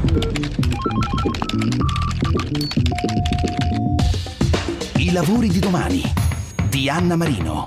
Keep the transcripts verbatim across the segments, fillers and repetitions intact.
I lavori di domani di Anna Marino.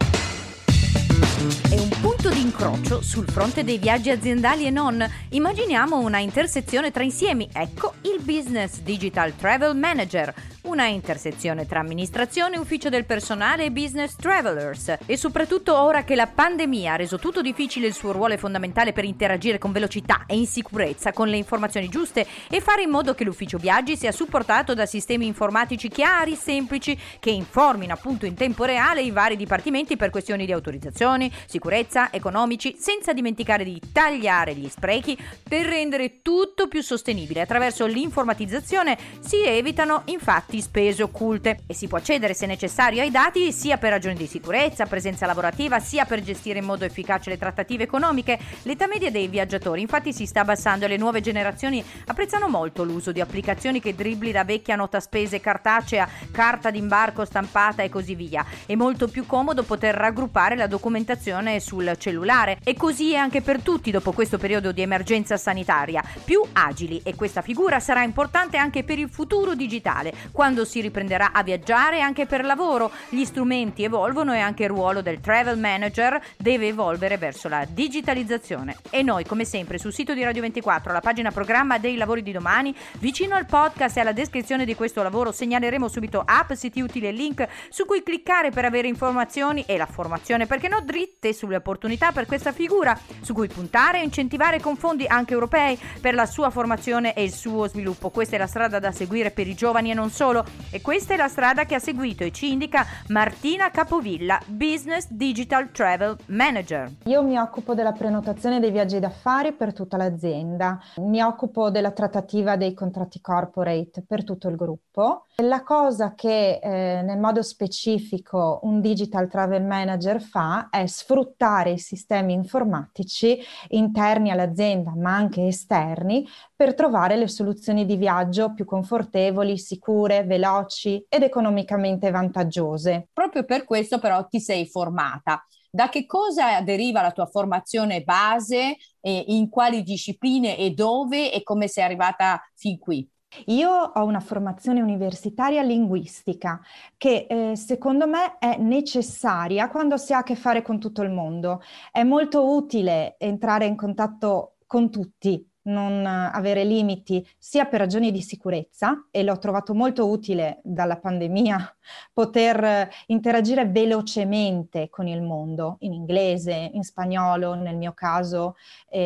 È un punto di incrocio sul fronte dei viaggi aziendali e non. Immaginiamo una intersezione tra insiemi. Ecco il Business Digital Travel Manager, una intersezione tra amministrazione, ufficio del personale e business travelers. E soprattutto ora che la pandemia ha reso tutto difficile, il suo ruolo è fondamentale per interagire con velocità e in sicurezza con le informazioni giuste e fare in modo che l'ufficio viaggi sia supportato da sistemi informatici chiari, semplici, che informino appunto in tempo reale i vari dipartimenti per questioni di autorizzazioni, sicurezza, economici, senza dimenticare di tagliare gli sprechi per rendere tutto più sostenibile. Attraverso l'informatizzazione si evitano infatti spese occulte e si può accedere se necessario ai dati sia per ragioni di sicurezza, presenza lavorativa, sia per gestire in modo efficace le trattative economiche. L'età media dei viaggiatori infatti si sta abbassando e le nuove generazioni apprezzano molto l'uso di applicazioni che dribbli la vecchia nota spese cartacea, carta d'imbarco stampata e così via. È molto più comodo poter raggruppare la documentazione sul cellulare e così è anche per tutti dopo questo periodo di emergenza sanitaria, più agili, e questa figura sarà importante anche per il futuro digitale, quando si riprenderà a viaggiare anche per lavoro. Gli strumenti evolvono e anche il ruolo del travel manager deve evolvere verso la digitalizzazione. E noi, come sempre, sul sito di Radio ventiquattro, alla pagina programma dei lavori di domani, vicino al podcast e alla descrizione di questo lavoro segnaleremo subito app, siti utili e link su cui cliccare per avere informazioni e la formazione, perché no, dritte sulle opportunità per questa figura, su cui puntare e incentivare con fondi anche europei per la sua formazione e il suo sviluppo. Questa è la strada da seguire per i giovani e non solo. E questa è la strada che ha seguito e ci indica Martina Capovilla, Business Digital Travel Manager. Io mi occupo della prenotazione dei viaggi d'affari per tutta l'azienda, mi occupo della trattativa dei contratti corporate per tutto il gruppo. La cosa che eh, nel modo specifico un Digital Travel Manager fa è sfruttare i sistemi informatici interni all'azienda, ma anche esterni, per trovare le soluzioni di viaggio più confortevoli, sicure, veloci ed economicamente vantaggiose. Proprio per questo però ti sei formata. Da che cosa deriva la tua formazione base, eh, in quali discipline e dove, e come sei arrivata fin qui? Io ho una formazione universitaria linguistica che eh, secondo me è necessaria quando si ha a che fare con tutto il mondo. È molto utile entrare in contatto con tutti, non avere limiti, sia per ragioni di sicurezza, e l'ho trovato molto utile dalla pandemia, poter interagire velocemente con il mondo, in inglese, in spagnolo, nel mio caso,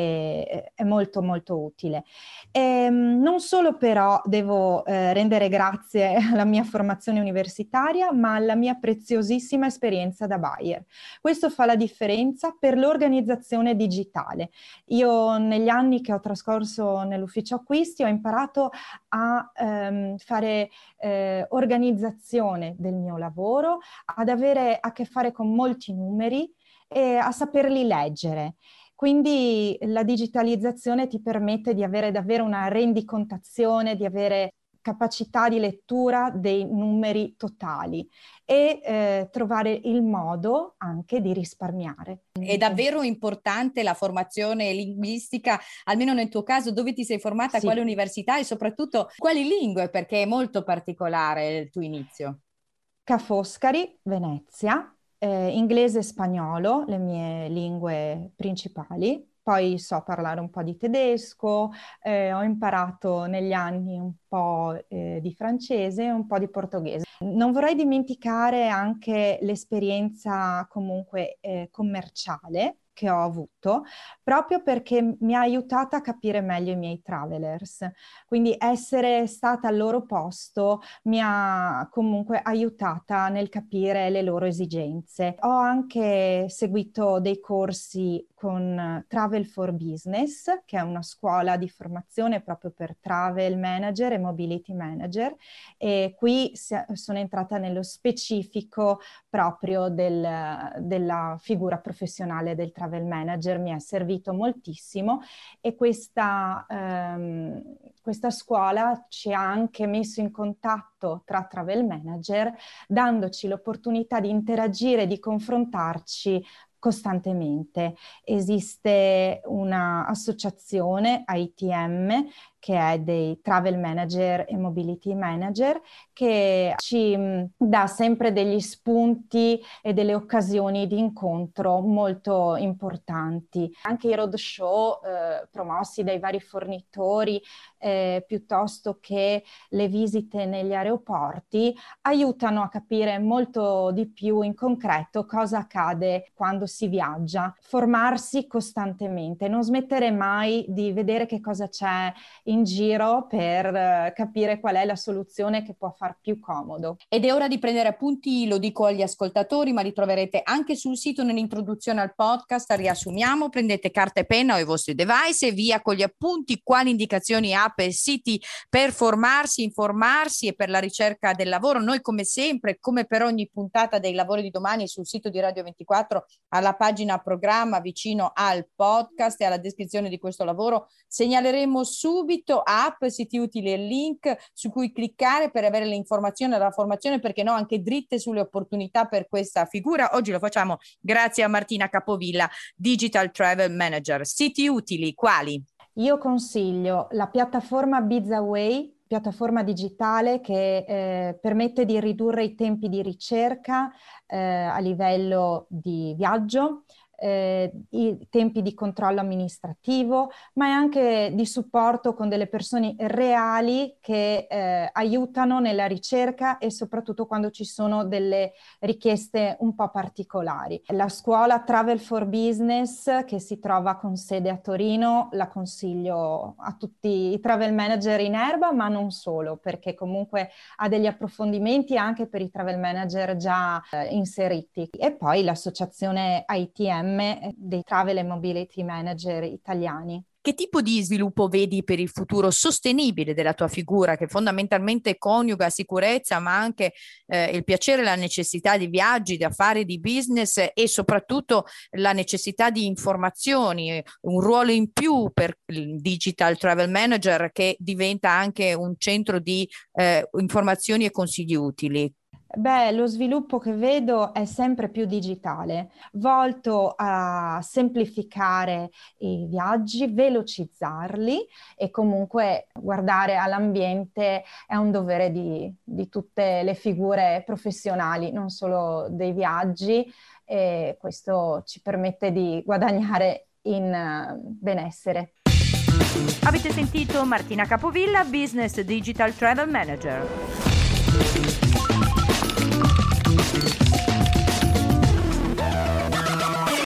eh, è molto molto utile. E, non solo però devo eh, rendere grazie alla mia formazione universitaria, ma alla mia preziosissima esperienza da buyer. Questo fa la differenza per l'organizzazione digitale. Io negli anni che ho trascorso nell'ufficio acquisti ho imparato a ehm, fare eh, organizzazione del mio lavoro, ad avere a che fare con molti numeri e a saperli leggere. Quindi la digitalizzazione ti permette di avere davvero una rendicontazione, di avere capacità di lettura dei numeri totali e eh, trovare il modo anche di risparmiare. È davvero importante la formazione linguistica, almeno nel tuo caso, dove ti sei formata, a Sì. quale università e soprattutto quali lingue, perché è molto particolare il tuo inizio. Ca' Foscari, Venezia, eh, inglese e spagnolo, le mie lingue principali. Poi so parlare un po' di tedesco, eh, ho imparato negli anni un po' eh, di francese e un po' di portoghese. Non vorrei dimenticare anche l'esperienza comunque eh, commerciale che ho avuto, proprio perché mi ha aiutata a capire meglio i miei travelers. Quindi essere stata al loro posto mi ha comunque aiutata nel capire le loro esigenze. Ho anche seguito dei corsi con Travel for Business, che è una scuola di formazione proprio per travel manager e mobility manager, e qui sono entrata nello specifico proprio del, della figura professionale del travel manager. Mi è servito moltissimo e questa, ehm, questa scuola ci ha anche messo in contatto tra travel manager, dandoci l'opportunità di interagire, di confrontarci costantemente. Esiste un'associazione A I T M che è dei travel manager e mobility manager, che ci mh, dà sempre degli spunti e delle occasioni di incontro molto importanti. Anche i roadshow eh, promossi dai vari fornitori, eh, piuttosto che le visite negli aeroporti, aiutano a capire molto di più in concreto cosa accade quando si viaggia. Formarsi costantemente, non smettere mai di vedere che cosa c'è in giro per eh, capire qual è la soluzione che può far più comodo. Ed è ora di prendere appunti, lo dico agli ascoltatori, ma li troverete anche sul sito nell'introduzione al podcast. Riassumiamo: prendete carta e penna o i vostri device e via con gli appunti quali indicazioni, app e siti per formarsi, informarsi e per la ricerca del lavoro. Noi come sempre, come per ogni puntata dei lavori di domani, sul sito di Radio ventiquattro, alla pagina programma vicino al podcast e alla descrizione di questo lavoro, segnaleremo subito app, siti utili e link su cui cliccare per avere le informazioni della formazione, perché no, anche dritte sulle opportunità per questa figura. Oggi lo facciamo grazie a Martina Capovilla, Digital Travel Manager. Siti utili quali? Io consiglio la piattaforma BizAway, piattaforma digitale che eh, permette di ridurre i tempi di ricerca eh, a livello di viaggio, eh, i tempi di controllo amministrativo, ma è anche di supporto con delle persone reali che eh, aiutano nella ricerca e soprattutto quando ci sono delle richieste un po' particolari. La scuola Travel for Business, che si trova con sede a Torino, la consiglio a tutti i travel manager in erba, ma non solo, perché comunque ha degli approfondimenti anche per i travel manager già eh, inseriti. E poi l'associazione I T M dei Travel e Mobility Manager italiani. Che tipo di sviluppo vedi per il futuro sostenibile della tua figura, che fondamentalmente coniuga sicurezza, ma anche eh, il piacere e la necessità di viaggi, di affari, di business e soprattutto la necessità di informazioni, un ruolo in più per il Digital Travel Manager che diventa anche un centro di eh, informazioni e consigli utili? Beh, lo sviluppo che vedo è sempre più digitale, volto a semplificare i viaggi, velocizzarli e comunque guardare all'ambiente è un dovere di, di tutte le figure professionali, non solo dei viaggi, e questo ci permette di guadagnare in uh, benessere. Avete sentito Martina Capovilla, Business Digital Travel Manager.